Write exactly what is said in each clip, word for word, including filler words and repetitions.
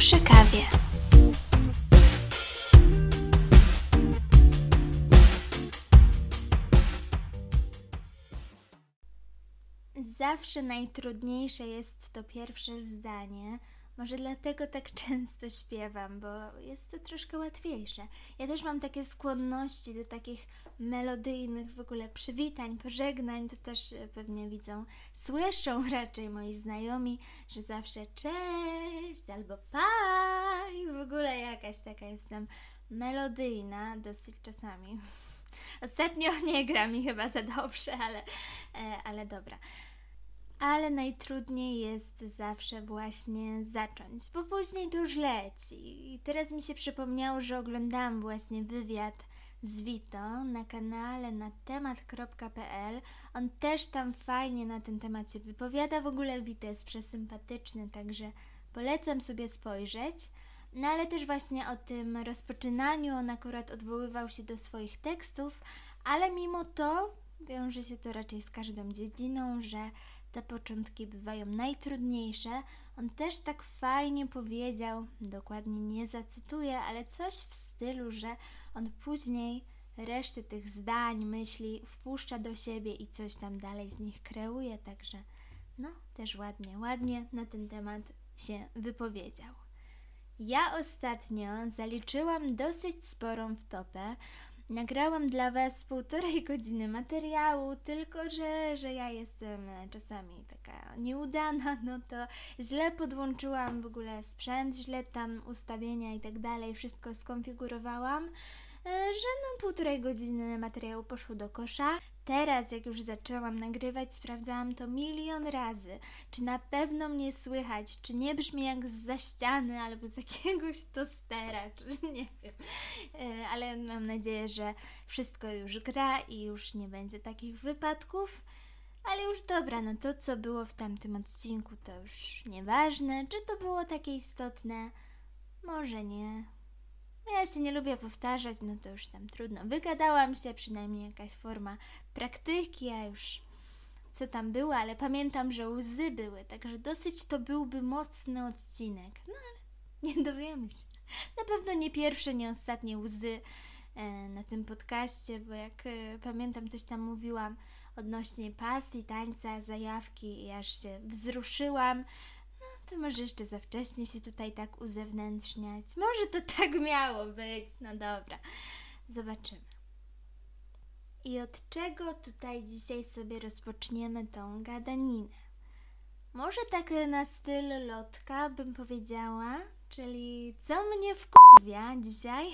przy kawie. Zawsze najtrudniejsze jest to pierwsze zdanie. Może dlatego tak często śpiewam, bo jest to troszkę łatwiejsze. Ja też mam takie skłonności do takich melodyjnych w ogóle przywitań, pożegnań. To też pewnie widzą, słyszą raczej moi znajomi, że zawsze cześć albo pa i w ogóle jakaś taka jestem melodyjna dosyć czasami. Ostatnio nie gra mi chyba za dobrze, ale, ale dobra. Ale najtrudniej jest zawsze właśnie zacząć, bo później to już leci. I teraz mi się przypomniało, że oglądałam właśnie wywiad z Vito na kanale na temat kropka pe el. On też tam fajnie na ten temat się wypowiada. W ogóle Vito jest przesympatyczny, także polecam sobie spojrzeć. No ale też właśnie o tym rozpoczynaniu, on akurat odwoływał się do swoich tekstów, ale mimo to wiąże się to raczej z każdą dziedziną, że te początki bywają najtrudniejsze. On też tak fajnie powiedział, dokładnie nie zacytuję, ale coś w stylu, że on później resztę tych zdań, myśli wpuszcza do siebie i coś tam dalej z nich kreuje, także no też ładnie, ładnie na ten temat się wypowiedział. Ja ostatnio zaliczyłam dosyć sporą wtopę. Nagrałam dla Was półtorej godziny materiału, tylko że, że ja jestem czasami taka nieudana, no to źle podłączyłam w ogóle sprzęt, źle tam ustawienia i tak dalej, wszystko skonfigurowałam, że no półtorej godziny materiału poszło do kosza. Teraz jak już zaczęłam nagrywać, sprawdzałam to milion razy, czy na pewno mnie słychać, czy nie brzmi jak zza ściany albo z jakiegoś tostera, czy nie wiem, ale mam nadzieję, że wszystko już gra i już nie będzie takich wypadków, ale już dobra, no to co było w tamtym odcinku to już nieważne, czy to było takie istotne, może nie. Ja się nie lubię powtarzać, no to już tam trudno. Wygadałam się, przynajmniej jakaś forma praktyki, a już co tam było, ale pamiętam, że łzy były, także dosyć to byłby mocny odcinek. No ale nie dowiemy się. Na pewno nie pierwsze, nie ostatnie łzy e, na tym podcaście, bo jak e, pamiętam, coś tam mówiłam odnośnie pasji, tańca, zajawki i aż się wzruszyłam. To może jeszcze za wcześnie się tutaj tak uzewnętrzniać. Może to tak miało być. No dobra, zobaczymy. I od czego tutaj dzisiaj sobie rozpoczniemy tą gadaninę? Może tak na styl lotka bym powiedziała, czyli co mnie wkurwia dzisiaj.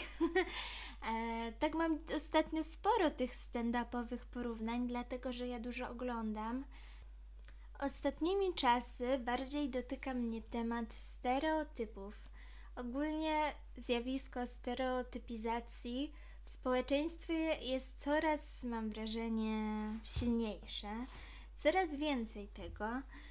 e, tak mam ostatnio sporo tych stand-upowych porównań, dlatego że ja dużo oglądam. Ostatnimi czasy bardziej dotyka mnie temat stereotypów. Ogólnie zjawisko stereotypizacji w społeczeństwie jest coraz, mam wrażenie, silniejsze. Coraz więcej tego.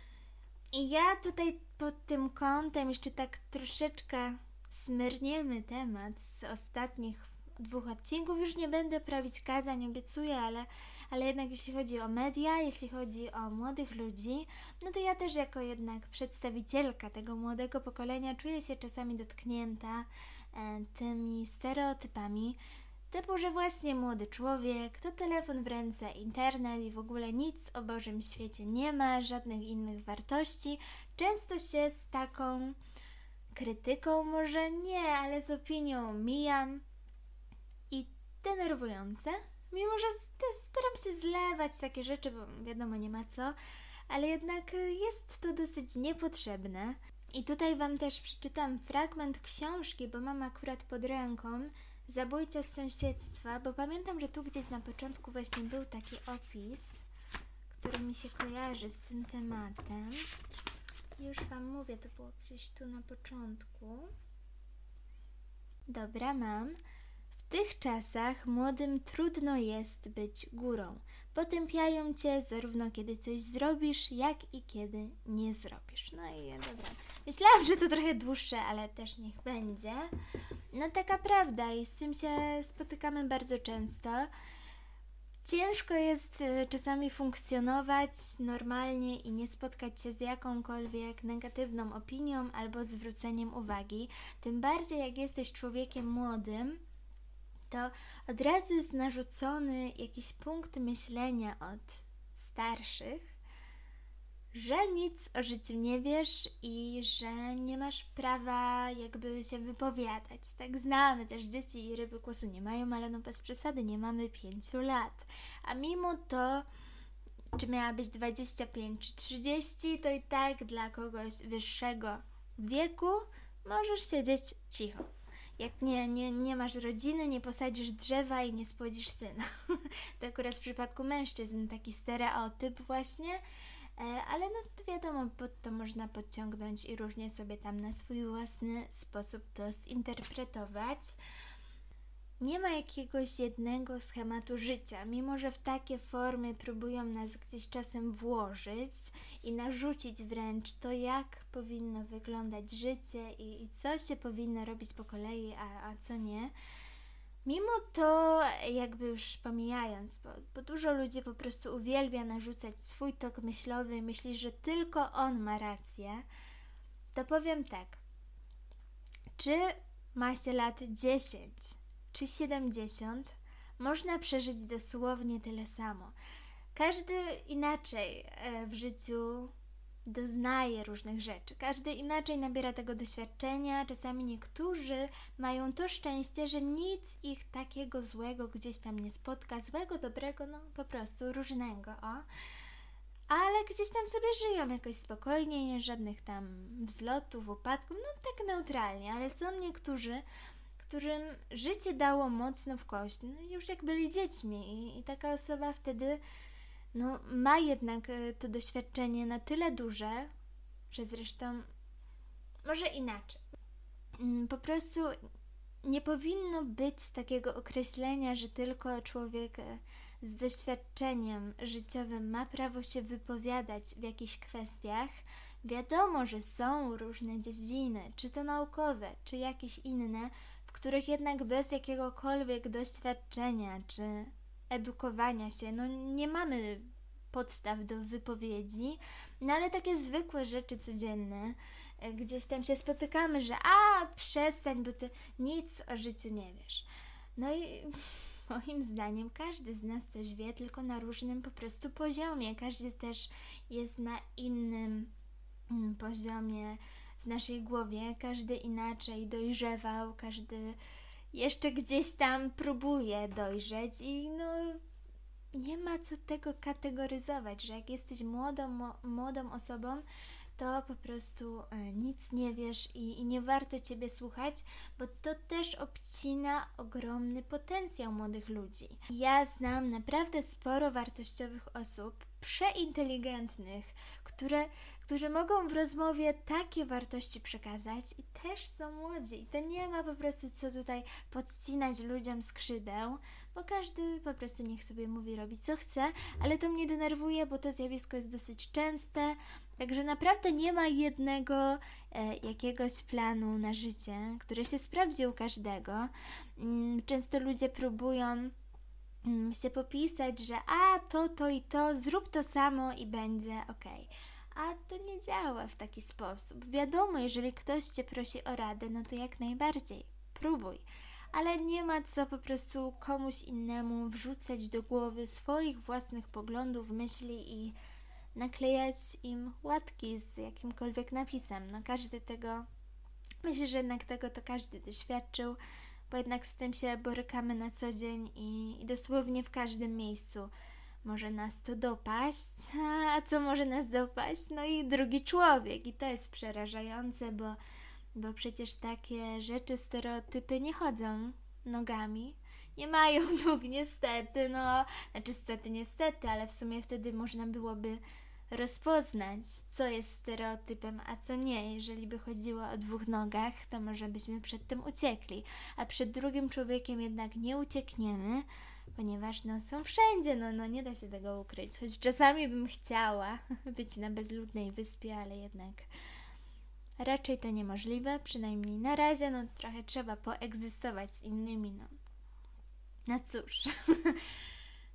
I ja tutaj pod tym kątem jeszcze tak troszeczkę smyrniemy temat z ostatnich dwóch odcinków. Już nie będę prawić kazań, obiecuję, ale ale jednak jeśli chodzi o media, jeśli chodzi o młodych ludzi, no to ja też jako jednak przedstawicielka tego młodego pokolenia czuję się czasami dotknięta e, tymi stereotypami, typu, że właśnie młody człowiek, to telefon w ręce, internet i w ogóle nic o Bożym świecie nie ma, żadnych innych wartości. Często się z taką krytyką, może nie, ale z opinią mijam i denerwujące. Mimo, że staram się zlewać takie rzeczy, bo wiadomo, nie ma co, ale jednak jest to dosyć niepotrzebne. I tutaj Wam też przeczytam fragment książki, bo mam akurat pod ręką Zabójca z sąsiedztwa, bo pamiętam, że tu gdzieś na początku właśnie był taki opis, który mi się kojarzy z tym tematem. Już Wam mówię, to było gdzieś tu na początku. Dobra, mam. W tych czasach młodym trudno jest być górą. Potępiają cię zarówno kiedy coś zrobisz, jak i kiedy nie zrobisz. No i dobra. Myślałam, że to trochę dłuższe, ale też niech będzie. No taka prawda i z tym się spotykamy bardzo często. Ciężko jest y, czasami funkcjonować normalnie i nie spotkać się z jakąkolwiek negatywną opinią albo zwróceniem uwagi. Tym bardziej jak jesteś człowiekiem młodym, to od razu jest narzucony jakiś punkt myślenia od starszych, że nic o życiu nie wiesz i że nie masz prawa jakby się wypowiadać. Tak znamy też dzieci i ryby głosu nie mają, ale no bez przesady, nie mamy pięciu lat. A mimo to, czy miałabyś dwadzieścia pięć czy trzydzieści, to i tak dla kogoś wyższego wieku możesz siedzieć cicho. Jak nie, nie, nie masz rodziny, nie posadzisz drzewa i nie spłodzisz syna. To akurat w przypadku mężczyzn taki stereotyp właśnie, ale no to wiadomo, pod to można podciągnąć i różnie sobie tam na swój własny sposób to zinterpretować. Nie ma jakiegoś jednego schematu życia, mimo że w takie formy próbują nas gdzieś czasem włożyć i narzucić wręcz to, jak powinno wyglądać życie i, i co się powinno robić po kolei, a, a co nie. Mimo to, jakby już pomijając, bo, bo dużo ludzi po prostu uwielbia narzucać swój tok myślowy i myśli, że tylko on ma rację, to powiem tak. Czy ma się lat dziesięć czy siedemdziesiąt, można przeżyć dosłownie tyle samo. Każdy inaczej w życiu doznaje różnych rzeczy. Każdy inaczej nabiera tego doświadczenia. Czasami niektórzy mają to szczęście, że nic ich takiego złego gdzieś tam nie spotka. Złego, dobrego, no po prostu różnego. O. Ale gdzieś tam sobie żyją jakoś spokojnie, nie żadnych tam wzlotów, upadków, no tak neutralnie. Ale są niektórzy, którym życie dało mocno w kość, no już jak byli dziećmi i, i taka osoba wtedy no, ma jednak to doświadczenie na tyle duże, że zresztą może inaczej. Po prostu nie powinno być takiego określenia, że tylko człowiek z doświadczeniem życiowym ma prawo się wypowiadać w jakichś kwestiach. Wiadomo, że są różne dziedziny, czy to naukowe, czy jakieś inne, w których jednak bez jakiegokolwiek doświadczenia czy edukowania się, no nie mamy podstaw do wypowiedzi, no ale takie zwykłe rzeczy codzienne, gdzieś tam się spotykamy, że a przestań, bo ty nic o życiu nie wiesz. No i moim zdaniem każdy z nas coś wie, tylko na różnym po prostu poziomie. Każdy też jest na innym mm, poziomie w naszej głowie, każdy inaczej dojrzewał, każdy jeszcze gdzieś tam próbuje dojrzeć i no nie ma co tego kategoryzować, że jak jesteś młodą, mo- młodą osobą, to po prostu e, nic nie wiesz i, i nie warto Ciebie słuchać, bo to też obcina ogromny potencjał młodych ludzi. Ja znam naprawdę sporo wartościowych osób, przeinteligentnych, które, którzy mogą w rozmowie takie wartości przekazać i też są młodzi. I to nie ma po prostu co tutaj podcinać ludziom skrzydeł, bo każdy po prostu niech sobie mówi, robi co chce, ale to mnie denerwuje, bo to zjawisko jest dosyć częste, także naprawdę nie ma jednego e, jakiegoś planu na życie, który się sprawdzi u każdego. Mm, często ludzie próbują mm, się popisać, że a to, to i to, zrób to samo i będzie okej. A to nie działa w taki sposób. Wiadomo, jeżeli ktoś Cię prosi o radę, no to jak najbardziej, próbuj. Ale nie ma co po prostu komuś innemu wrzucać do głowy swoich własnych poglądów, myśli i naklejać im łatki z jakimkolwiek napisem. No każdy tego, myślę, że jednak tego to każdy doświadczył, bo jednak z tym się borykamy na co dzień i, i dosłownie w każdym miejscu może nas to dopaść. A co może nas dopaść? No i drugi człowiek. I to jest przerażające, bo, bo przecież takie rzeczy, stereotypy nie chodzą nogami. Nie mają nóg niestety, no, znaczy stety, niestety, ale w sumie wtedy można byłoby rozpoznać, co jest stereotypem, a co nie. Jeżeli by chodziło o dwóch nogach, to może byśmy przed tym uciekli, a przed drugim człowiekiem jednak nie uciekniemy, ponieważ no są wszędzie, no, no nie da się tego ukryć, choć czasami bym chciała być na bezludnej wyspie, ale jednak raczej to niemożliwe, przynajmniej na razie, no trochę trzeba poegzystować z innymi, no. No cóż,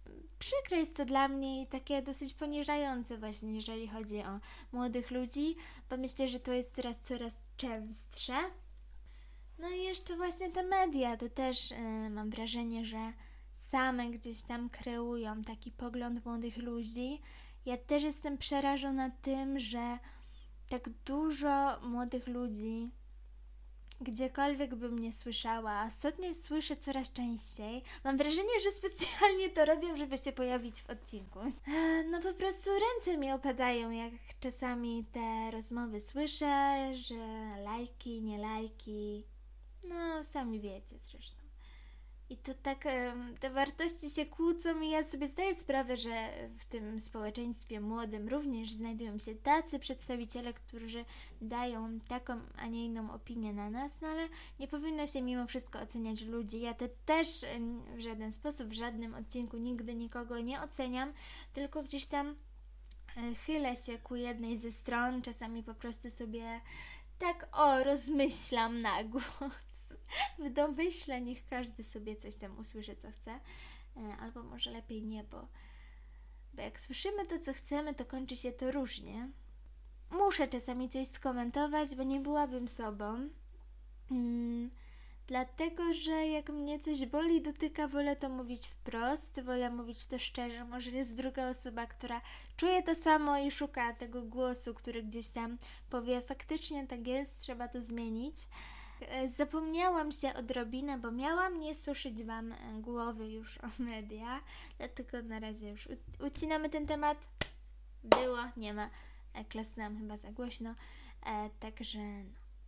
przykre jest to dla mnie i takie dosyć poniżające właśnie, jeżeli chodzi o młodych ludzi, bo myślę, że to jest teraz coraz częstsze. No i jeszcze właśnie te media, to też yy, mam wrażenie, że same gdzieś tam kreują taki pogląd młodych ludzi. Ja też jestem przerażona tym, że tak dużo młodych ludzi, gdziekolwiek bym nie słyszała, a ostatnio słyszę coraz częściej. Mam wrażenie, że specjalnie to robią, żeby się pojawić w odcinku. No po prostu ręce mi opadają, jak czasami te rozmowy słyszę, że lajki, nie lajki. No, sami wiecie zresztą. I to tak, te wartości się kłócą i ja sobie zdaję sprawę, że w tym społeczeństwie młodym również znajdują się tacy przedstawiciele, którzy dają taką, a nie inną opinię na nas, no ale nie powinno się mimo wszystko oceniać ludzi. Ja to też w żaden sposób, w żadnym odcinku nigdy nikogo nie oceniam, tylko gdzieś tam chylę się ku jednej ze stron, czasami po prostu sobie tak o, rozmyślam na głos. W domyśle niech każdy sobie coś tam usłyszy, co chce, albo może lepiej nie, bo, bo jak słyszymy to, co chcemy, to kończy się to różnie. Muszę czasami coś skomentować, bo nie byłabym sobą, hmm, dlatego, że jak mnie coś boli, dotyka, wolę to mówić wprost, wolę mówić to szczerze. Może jest druga osoba, która czuje to samo i szuka tego głosu, który gdzieś tam powie, faktycznie tak jest, trzeba to zmienić. Zapomniałam się odrobinę, bo miałam nie suszyć Wam głowy już o media, dlatego na razie już ucinamy ten temat. Było, nie ma. Klasnęłam chyba za głośno. E, także no.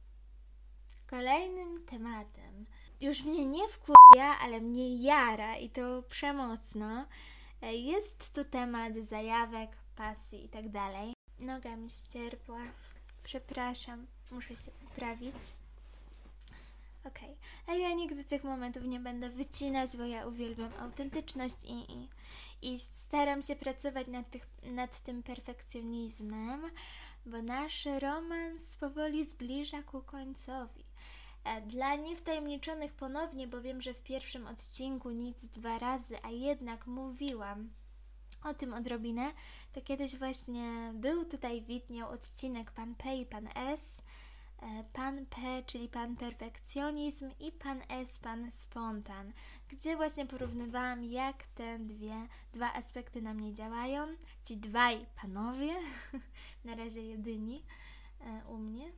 Kolejnym tematem, już mnie nie wkurwia, ale mnie jara i to przemocno, e, jest to temat zajawek, pasji i tak dalej. Noga mi ścierpła. Przepraszam, muszę się poprawić. Okej, okay. A ja nigdy tych momentów nie będę wycinać, bo ja uwielbiam autentyczność i, i, i staram się pracować nad, tych, nad tym perfekcjonizmem, bo nasz romans powoli zbliża ku końcowi. Dla niewtajemniczonych ponownie, bo wiem, że w pierwszym odcinku nic dwa razy, a jednak mówiłam o tym odrobinę, to kiedyś właśnie był tutaj, widniał odcinek Pan P i Pan S, Pan P, czyli Pan Perfekcjonizm i Pan S, Pan Spontan, gdzie właśnie porównywałam, jak te dwie, dwa aspekty na mnie działają. Ci dwaj panowie, na razie jedyni u mnie.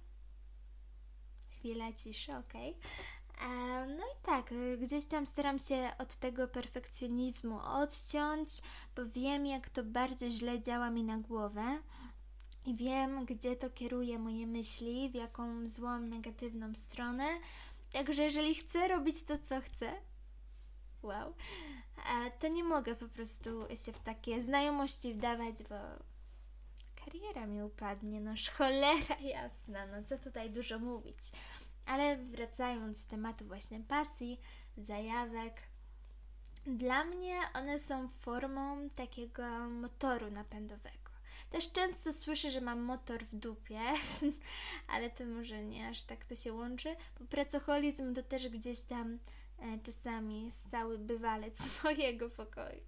Chwila ciszy, okej. Okay. No i tak, gdzieś tam staram się od tego perfekcjonizmu odciąć, bo wiem, jak to bardzo źle działa mi na głowę. I wiem, gdzie to kieruje moje myśli, w jaką złą, negatywną stronę. Także jeżeli chcę robić to, co chcę, wow, to nie mogę po prostu się w takie znajomości wdawać, bo kariera mi upadnie, no cholera jasna, no co tutaj dużo mówić. Ale wracając do tematu właśnie pasji, zajawek, dla mnie one są formą takiego motoru napędowego. Też często słyszę, że mam motor w dupie, ale to może nie aż tak to się łączy, bo pracoholizm to też gdzieś tam e, czasami stały bywalec mojego pokoju.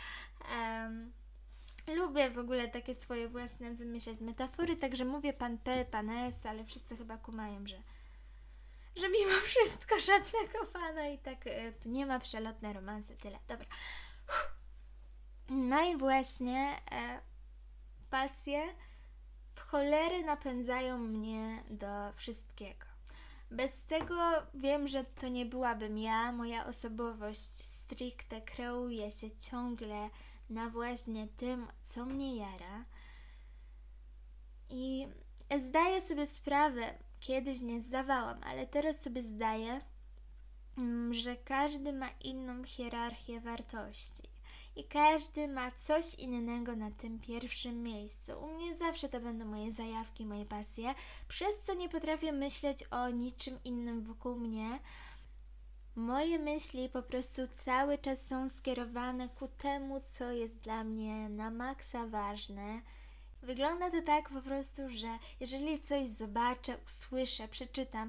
Um, lubię w ogóle takie swoje własne wymyślać metafory, także mówię Pan P, Pan S, ale wszyscy chyba kumają, że, że mimo wszystko żadnego pana i tak e, tu nie ma, przelotne romanse, tyle. Dobra. No i właśnie... E, pasje w cholery napędzają mnie do wszystkiego. Bez tego wiem, że to nie byłabym ja. Moja osobowość stricte kreuje się ciągle na właśnie tym, co mnie jara. I zdaję sobie sprawę, kiedyś nie zdawałam, ale teraz sobie zdaję, że każdy ma inną hierarchię wartości. I każdy ma coś innego na tym pierwszym miejscu. U mnie zawsze to będą moje zajawki, moje pasje, przez co nie potrafię myśleć o niczym innym wokół mnie. Moje myśli po prostu cały czas są skierowane ku temu, co jest dla mnie na maksa ważne. Wygląda to tak po prostu, że jeżeli coś zobaczę, usłyszę, przeczytam,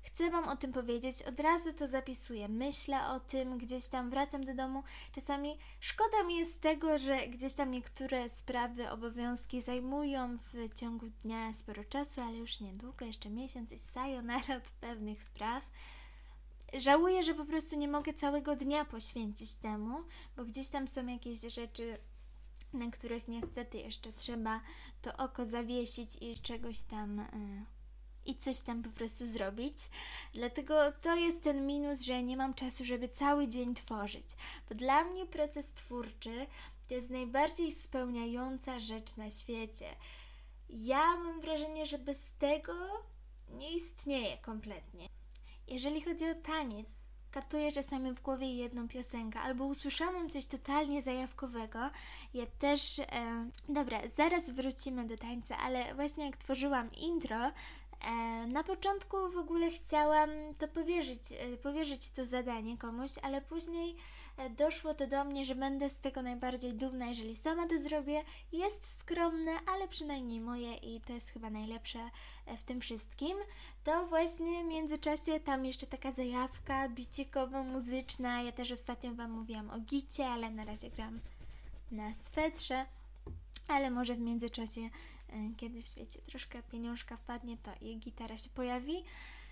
chcę Wam o tym powiedzieć, od razu to zapisuję, myślę o tym, gdzieś tam wracam do domu, czasami szkoda mi jest tego, że gdzieś tam niektóre sprawy, obowiązki zajmują w ciągu dnia sporo czasu, ale już niedługo, jeszcze miesiąc i sayonara od pewnych spraw. Żałuję, że po prostu nie mogę całego dnia poświęcić temu, bo gdzieś tam są jakieś rzeczy, na których niestety jeszcze trzeba to oko zawiesić i czegoś tam yy, i coś tam po prostu zrobić. Dlatego to jest ten minus, że nie mam czasu, żeby cały dzień tworzyć. Bo dla mnie proces twórczy to jest najbardziej spełniająca rzecz na świecie. Ja mam wrażenie, że bez tego nie istnieje kompletnie. Jeżeli chodzi o taniec, katuję czasami w głowie jedną piosenkę, albo usłyszałam coś totalnie zajawkowego. Ja też... E, dobra, zaraz wrócimy do tańca, ale właśnie jak tworzyłam intro, e, na początku w ogóle chciałam to powierzyć, e, powierzyć to zadanie komuś, ale później e, doszło to do mnie, że będę z tego najbardziej dumna, jeżeli sama to zrobię. Jest skromne, ale przynajmniej moje i to jest chyba najlepsze e, w tym wszystkim. To właśnie w międzyczasie tam jeszcze taka zajawka bicikowo-muzyczna. Ja też ostatnio Wam mówiłam o gicie, ale na razie gram na swetrze. Ale może w międzyczasie, y, kiedyś, wiecie, troszkę pieniążka wpadnie, to i gitara się pojawi.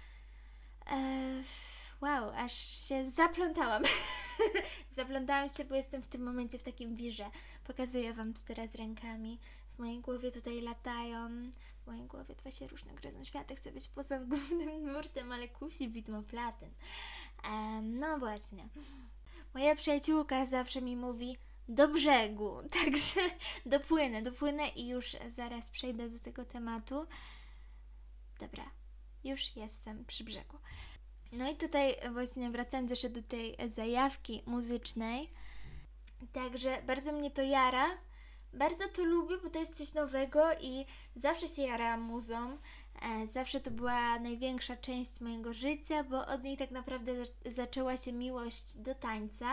E, wow, aż się zaplątałam. Zaplątałam się, bo jestem w tym momencie w takim wirze. Pokazuję Wam tu teraz rękami. W mojej głowie tutaj latają. W mojej głowie dwa się różne gryzą światy. Chcę być poza głównym nurtem, ale kusi widmo platyn. E, no właśnie. Moja przyjaciółka zawsze mi mówi do brzegu, także dopłynę, dopłynę i już zaraz przejdę do tego tematu. Dobra, już jestem przy brzegu. No i tutaj właśnie wracając jeszcze do tej zajawki muzycznej, także bardzo mnie to jara, bardzo to lubię, bo to jest coś nowego i zawsze się jarałam muzą, e, zawsze to była największa część mojego życia, bo od niej tak naprawdę zaczęła się miłość do tańca.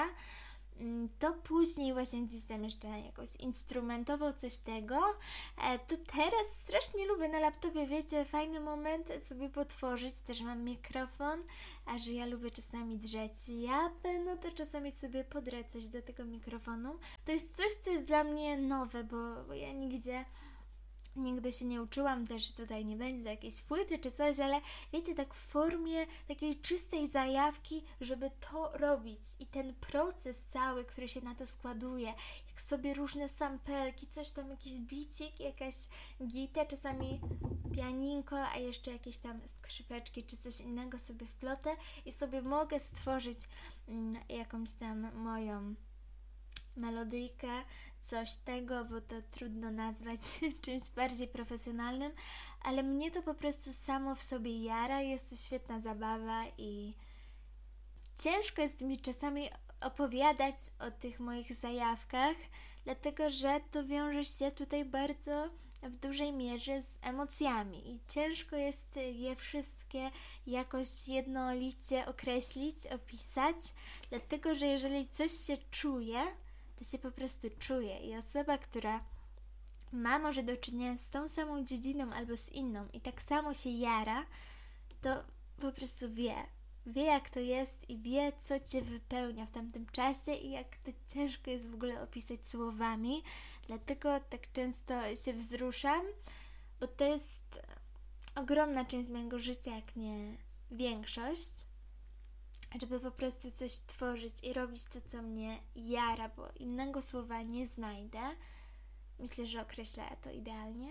To później właśnie gdzieś tam jeszcze jakoś instrumentowo coś tego, to teraz strasznie lubię na laptopie, wiecie, fajny moment sobie potworzyć, też mam mikrofon, a że ja lubię czasami drzeć japę, no to czasami sobie podrę coś do tego mikrofonu. To jest coś, co jest dla mnie nowe, bo, bo ja nigdzie... Nigdy się nie uczyłam, też tutaj nie będzie jakiejś płyty czy coś, ale wiecie, tak w formie takiej czystej zajawki, żeby to robić i ten proces cały, który się na to składuje, jak sobie różne sampelki, coś tam, jakiś bicik, jakaś gita, czasami pianinko, a jeszcze jakieś tam skrzypeczki czy coś innego sobie wplotę i sobie mogę stworzyć mm, jakąś tam moją melodyjkę, coś tego, bo to trudno nazwać czymś bardziej profesjonalnym, ale mnie to po prostu samo w sobie jara, jest to świetna zabawa i ciężko jest mi czasami opowiadać o tych moich zajawkach, dlatego że to wiąże się tutaj bardzo w dużej mierze z emocjami i ciężko jest je wszystkie jakoś jednolicie określić, opisać, dlatego że jeżeli coś się czuje, to się po prostu czuje i osoba, która ma może do czynienia z tą samą dziedziną albo z inną i tak samo się jara, to po prostu wie. Wie, jak to jest i wie, co Cię wypełnia w tamtym czasie i jak to ciężko jest w ogóle opisać słowami. Dlatego tak często się wzruszam, bo to jest ogromna część mojego życia, jak nie większość. Żeby po prostu coś tworzyć i robić to, co mnie jara, bo innego słowa nie znajdę. Myślę, że określa to idealnie.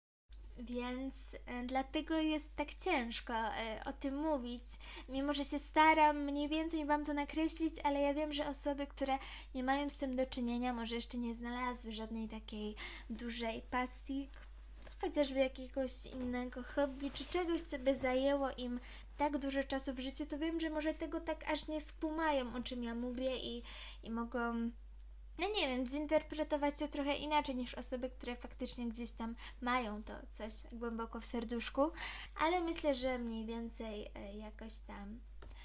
Więc e, dlatego jest tak ciężko e, o tym mówić, mimo że się staram mniej więcej Wam to nakreślić, ale ja wiem, że osoby, które nie mają z tym do czynienia, może jeszcze nie znalazły żadnej takiej dużej pasji, chociażby jakiegoś innego hobby, czy czegoś sobie zajęło im tak dużo czasu w życiu, to wiem, że może tego tak aż nie skumają, o czym ja mówię i, i mogą, no nie wiem, zinterpretować to trochę inaczej niż osoby, które faktycznie gdzieś tam mają to coś głęboko w serduszku, ale myślę, że mniej więcej jakoś tam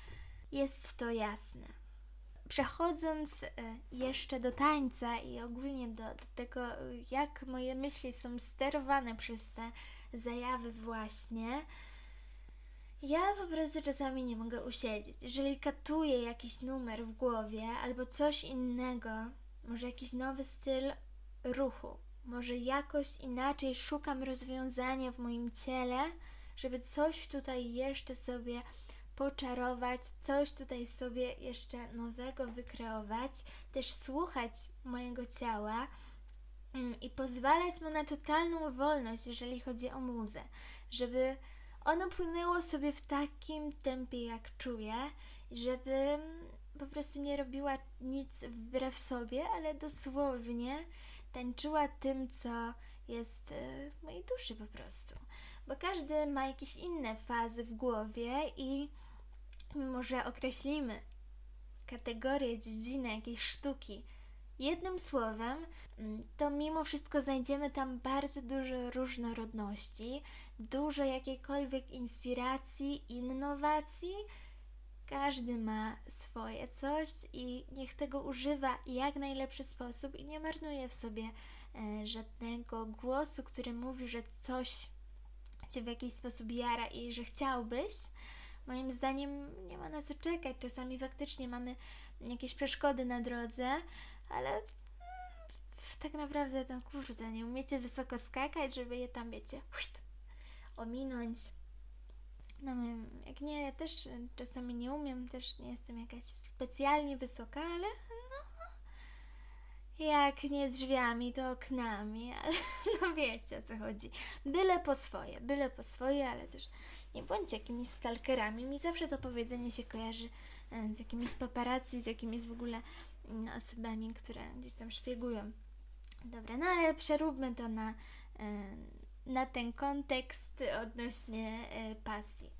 jest to jasne. Przechodząc jeszcze do tańca i ogólnie do, do tego, jak moje myśli są sterowane przez te zajawy właśnie, Ja po prostu czasami nie mogę usiedzieć. Jeżeli katuję jakiś numer w głowie albo coś innego, może jakiś nowy styl ruchu, może jakoś inaczej szukam rozwiązania w moim ciele, żeby coś tutaj jeszcze sobie poczarować, coś tutaj sobie jeszcze nowego wykreować, też słuchać mojego ciała mm, i pozwalać mu na totalną wolność, jeżeli chodzi o muzę, żeby ono płynęło sobie w takim tempie, jak czuję, żeby po prostu nie robiła nic wbrew sobie, ale dosłownie tańczyła tym, co jest w mojej duszy po prostu. Bo każdy ma jakieś inne fazy w głowie i mimo, że określimy kategorię, dziedzinę jakiejś sztuki jednym słowem, to mimo wszystko znajdziemy tam bardzo dużo różnorodności, dużo jakiejkolwiek inspiracji, innowacji. Każdy ma swoje coś i niech tego używa w jak najlepszy sposób i nie marnuje w sobie e, żadnego głosu, który mówi, że coś Cię w jakiś sposób jara i że chciałbyś. Moim zdaniem nie ma na co czekać. Czasami faktycznie mamy jakieś przeszkody na drodze, ale mm, tak naprawdę to kurde, nie umiecie wysoko skakać, żeby je tam, wiecie, ominąć. No jak nie, ja też czasami nie umiem, też nie jestem jakaś specjalnie wysoka, ale no, jak nie drzwiami, to oknami, ale no wiecie, o co chodzi. Byle po swoje, byle po swoje, ale też nie bądźcie jakimiś stalkerami. Mi zawsze to powiedzenie się kojarzy z jakimiś paparazzi, z jakimiś w ogóle osobami, które gdzieś tam szpiegują. Dobra, no ale przeróbmy to na, na ten kontekst odnośnie pasji.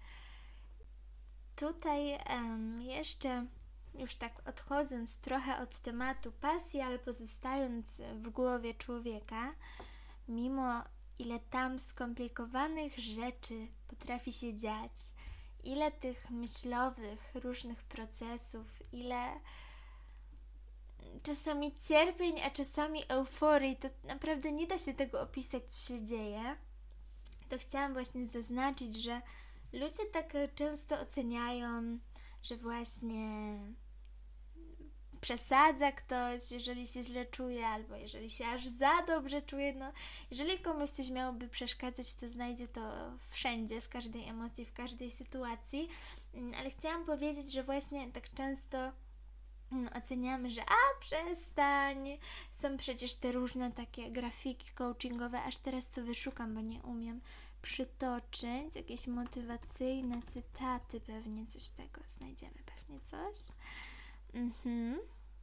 Tutaj um, jeszcze, już tak odchodząc trochę od tematu pasji, ale pozostając w głowie człowieka, mimo ile tam skomplikowanych rzeczy potrafi się dziać, ile tych myślowych, różnych procesów, ile czasami cierpień, a czasami euforii, to naprawdę nie da się tego opisać, co się dzieje, to chciałam właśnie zaznaczyć, że ludzie tak często oceniają, że właśnie przesadza ktoś, jeżeli się źle czuje, albo jeżeli się aż za dobrze czuje. No, jeżeli komuś coś miałoby przeszkadzać, to znajdzie to wszędzie, w każdej emocji, w każdej sytuacji. Ale chciałam powiedzieć, że właśnie tak często oceniamy, że a przestań, są przecież te różne takie grafiki coachingowe, aż teraz to wyszukam, bo nie umiem przytoczyć, jakieś motywacyjne cytaty, pewnie coś tego znajdziemy, pewnie coś. Mhm.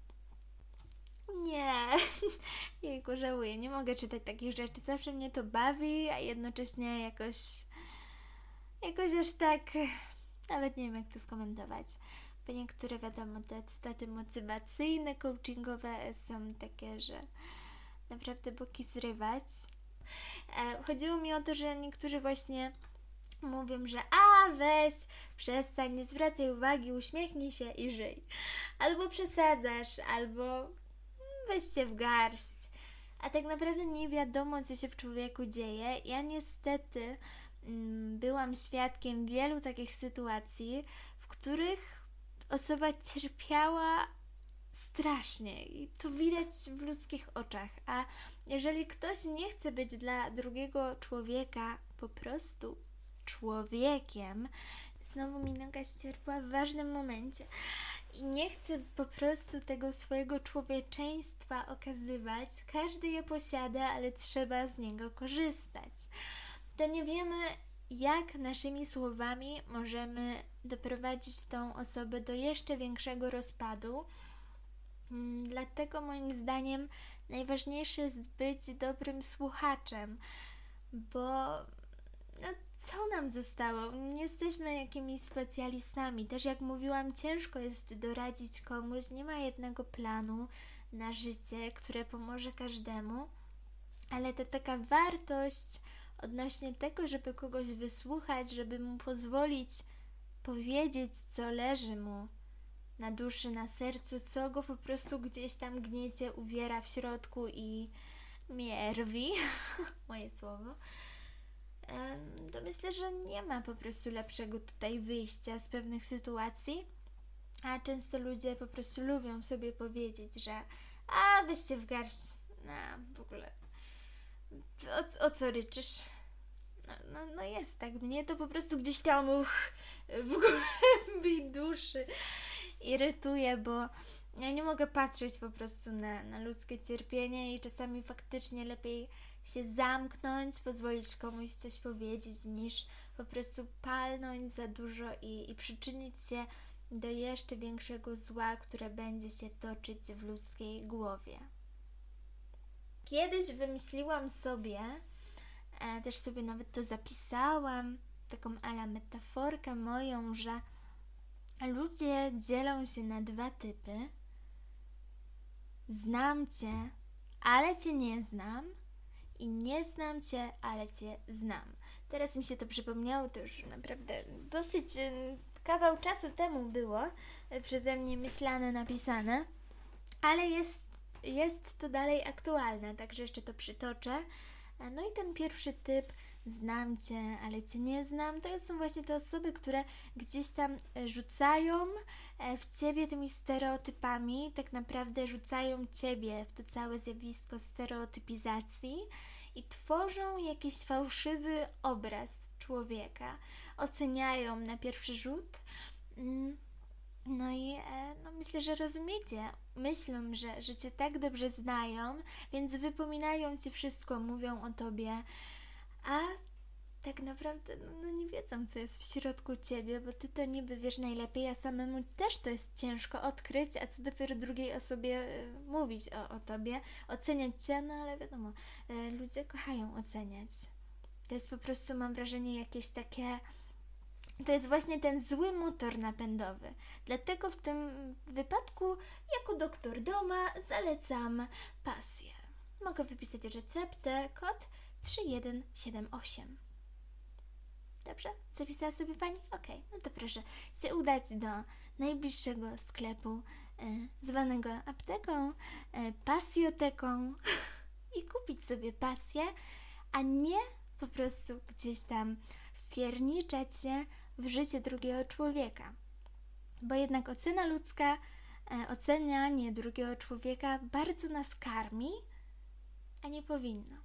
Nie, jejku, żałuję, nie mogę czytać takich rzeczy, zawsze mnie to bawi, a jednocześnie jakoś jakoś aż tak, nawet nie wiem, jak to skomentować, bo niektóre, wiadomo, te cytaty motywacyjne, coachingowe są takie, że naprawdę boki zrywać. Chodziło mi o to, że niektórzy właśnie mówią, że a weź, przestań, nie zwracaj uwagi, uśmiechnij się i żyj. Albo przesadzasz, albo weź się w garść. A tak naprawdę nie wiadomo, co się w człowieku dzieje. Ja niestety mm, byłam świadkiem wielu takich sytuacji, w których osoba cierpiała strasznie i to widać w ludzkich oczach. A jeżeli ktoś nie chce być dla drugiego człowieka po prostu człowiekiem, znowu mi noga ścierpła w ważnym momencie i nie chce po prostu tego swojego człowieczeństwa okazywać, każdy je posiada, ale trzeba z niego korzystać. To nie wiemy, jak naszymi słowami możemy doprowadzić tą osobę do jeszcze większego rozpadu. Dlatego moim zdaniem najważniejsze jest być dobrym słuchaczem, bo no, co nam zostało? Nie jesteśmy jakimiś specjalistami. Też jak mówiłam, ciężko jest doradzić komuś, nie ma jednego planu na życie, które pomoże każdemu, ale ta taka wartość odnośnie tego, żeby kogoś wysłuchać, żeby mu pozwolić powiedzieć, co leży mu na duszy, na sercu, co go po prostu gdzieś tam gniecie, uwiera w środku i mierwi, moje słowo, em, to myślę, że nie ma po prostu lepszego tutaj wyjścia z pewnych sytuacji, a często ludzie po prostu lubią sobie powiedzieć, że a weźcie w garść, a w ogóle o, o co ryczysz? No, no, no jest tak, mnie to po prostu gdzieś tam uch, w głębi duszy irytuje, bo ja nie mogę patrzeć po prostu na, na ludzkie cierpienie i czasami faktycznie lepiej się zamknąć, pozwolić komuś coś powiedzieć, niż po prostu palnąć za dużo i, i przyczynić się do jeszcze większego zła, które będzie się toczyć w ludzkiej głowie. Kiedyś wymyśliłam sobie, e, też sobie nawet to zapisałam, taką ala metaforkę moją, że ludzie dzielą się na dwa typy. Znam Cię, ale Cię nie znam i nie znam Cię, ale Cię znam. Teraz mi się to przypomniało, to już naprawdę dosyć y, kawał czasu temu było y, przeze mnie myślane, napisane, ale jest, jest to dalej aktualne, także jeszcze to przytoczę. No i ten pierwszy typ, znam Cię, ale Cię nie znam, to są właśnie te osoby, które gdzieś tam rzucają w Ciebie tymi stereotypami, tak naprawdę rzucają Ciebie w to całe zjawisko stereotypizacji i tworzą jakiś fałszywy obraz człowieka. Oceniają na pierwszy rzut. No i e, no myślę, że rozumiecie. Myślą, że, że Cię tak dobrze znają, więc wypominają Ci wszystko, mówią o Tobie, a tak naprawdę no, no nie wiedzą, co jest w środku Ciebie, bo Ty to niby wiesz najlepiej, a samemu też to jest ciężko odkryć, a co dopiero drugiej osobie e, mówić o, o Tobie, oceniać Cię, no ale wiadomo, e, ludzie kochają oceniać. To jest po prostu, mam wrażenie, jakieś takie... To jest właśnie ten zły motor napędowy. Dlatego w tym wypadku jako doktor Doma zalecam pasję. Mogę wypisać receptę, kod trzy jeden siedem osiem. Dobrze? Zapisała sobie Pani? Okej, no to proszę się udać do najbliższego sklepu e, zwanego apteką, e, pasjoteką i kupić sobie pasję, a nie po prostu gdzieś tam wpierniczać się w życie drugiego człowieka. Bo jednak ocena ludzka, e, ocenianie drugiego człowieka bardzo nas karmi, a nie powinno.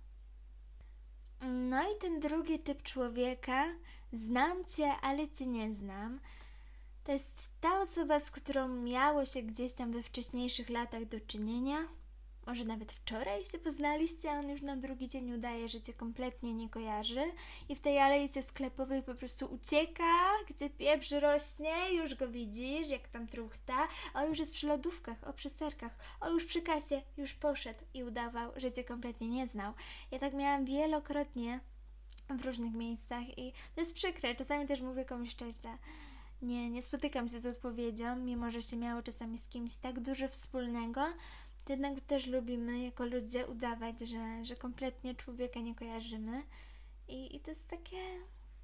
No i ten drugi typ człowieka, znam Cię, ale Cię nie znam, to jest ta osoba, z którą miało się gdzieś tam we wcześniejszych latach do czynienia. Może nawet wczoraj się poznaliście, a on już na drugi dzień udaje, że Cię kompletnie nie kojarzy i w tej alejce sklepowej po prostu ucieka, gdzie pieprz rośnie, już go widzisz, jak tam truchta, o już jest przy lodówkach, o przy serkach, o już przy kasie, już poszedł i udawał, że Cię kompletnie nie znał. Ja tak miałam wielokrotnie w różnych miejscach i to jest przykre, czasami też mówię komuś cześć, nie, nie spotykam się z odpowiedzią, mimo że się miało czasami z kimś tak dużo wspólnego, to jednak też lubimy jako ludzie udawać, że, że kompletnie człowieka nie kojarzymy i, i to jest takie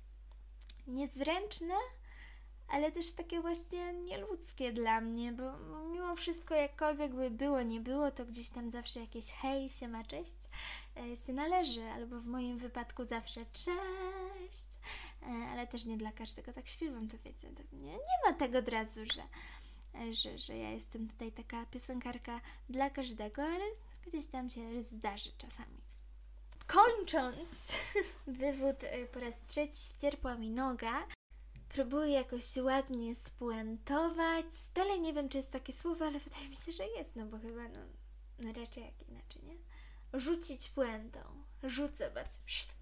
niezręczne, ale też takie właśnie nieludzkie dla mnie, bo mimo wszystko jakkolwiek by było, nie było, to gdzieś tam zawsze jakieś hej, siema, cześć e, się należy, albo w moim wypadku zawsze cześć, e, ale też nie dla każdego tak śpiewam, to wiecie, to nie, nie ma tego od razu, że Że, że ja jestem tutaj taka piosenkarka dla każdego, ale gdzieś tam się zdarzy czasami. Kończąc wywód po raz trzeci, ścierpła mi noga. Próbuję jakoś ładnie spuentować. Dalej nie wiem, czy jest takie słowo, ale wydaje mi się, że jest, no bo chyba no, no raczej jak inaczej, nie? Rzucić puentą. Rzucę was.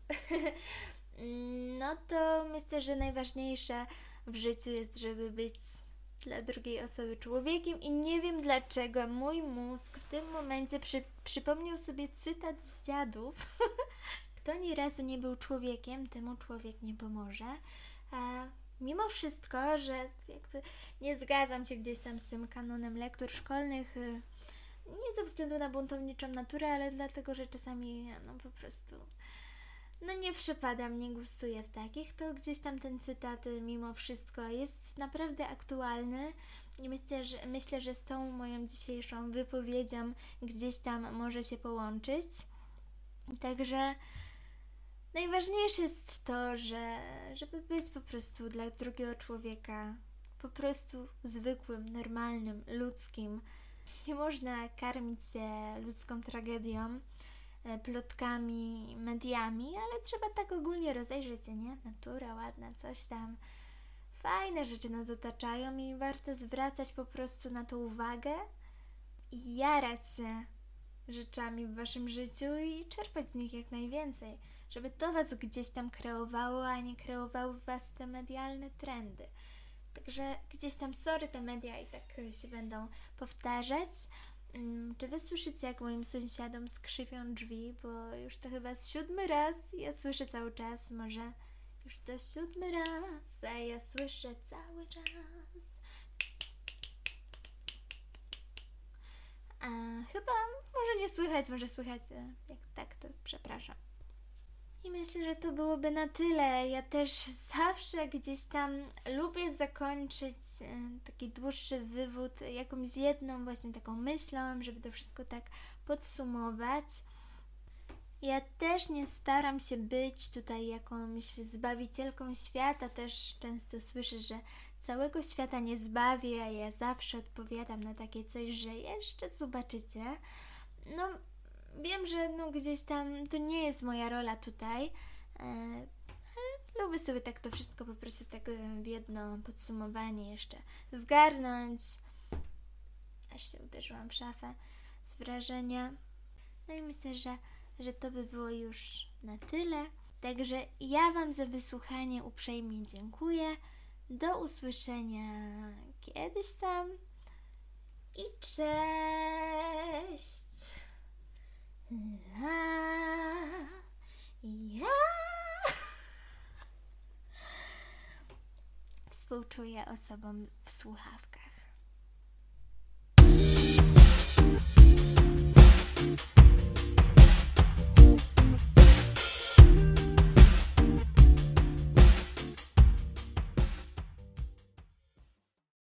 No to myślę, że najważniejsze w życiu jest, żeby być dla drugiej osoby człowiekiem i nie wiem dlaczego mój mózg w tym momencie przy, przypomniał sobie cytat z dziadów. Kto ani razu nie był człowiekiem, temu człowiek nie pomoże. A mimo wszystko, że jakby nie zgadzam się gdzieś tam z tym kanonem lektur szkolnych, nie ze względu na buntowniczą naturę, ale dlatego, że czasami no po prostu no nie przepadam, nie gustuję w takich, to gdzieś tam ten cytat mimo wszystko jest naprawdę aktualny i myślę, że, myślę, że z tą moją dzisiejszą wypowiedzią gdzieś tam może się połączyć. Także Najważniejsze jest to, że żeby być po prostu dla drugiego człowieka po prostu zwykłym, normalnym, ludzkim. Nie można karmić się ludzką tragedią, e, plotkami, mediami, ale trzeba tak ogólnie rozejrzeć się, nie? Natura ładna, coś tam. Fajne rzeczy nas otaczają i warto zwracać po prostu na to uwagę i jarać się rzeczami w waszym życiu i czerpać z nich jak najwięcej, żeby to was gdzieś tam kreowało, a nie kreowały w was te medialne trendy. Także gdzieś tam, sorry, te media i tak się będą powtarzać. Mm, Czy wy słyszycie, jak moim sąsiadom skrzywią drzwi? Bo już to chyba z siódmy raz. Ja słyszę cały czas, może już to siódmy raz, a ja słyszę cały czas. A chyba może nie słychać, może słychać. e, Jak tak, to przepraszam. I myślę, że to byłoby na tyle. Ja też zawsze gdzieś tam lubię zakończyć e, taki dłuższy wywód jakąś jedną właśnie taką myślą, żeby to wszystko tak podsumować. Ja też nie staram się być tutaj jakąś zbawicielką świata. Też często słyszę, że całego świata nie zbawię, a ja zawsze odpowiadam na takie coś, że jeszcze zobaczycie. No, wiem, że no gdzieś tam to nie jest moja rola tutaj, e, ale lubię sobie tak to wszystko po prostu tak e, w jedno podsumowanie jeszcze zgarnąć. Aż się uderzyłam w szafę z wrażenia. No i myślę, że, że to by było już na tyle. Także ja wam za wysłuchanie uprzejmie dziękuję. Do usłyszenia kiedyś tam i cześć! La, ja. Współczuję osobom w słuchawkach.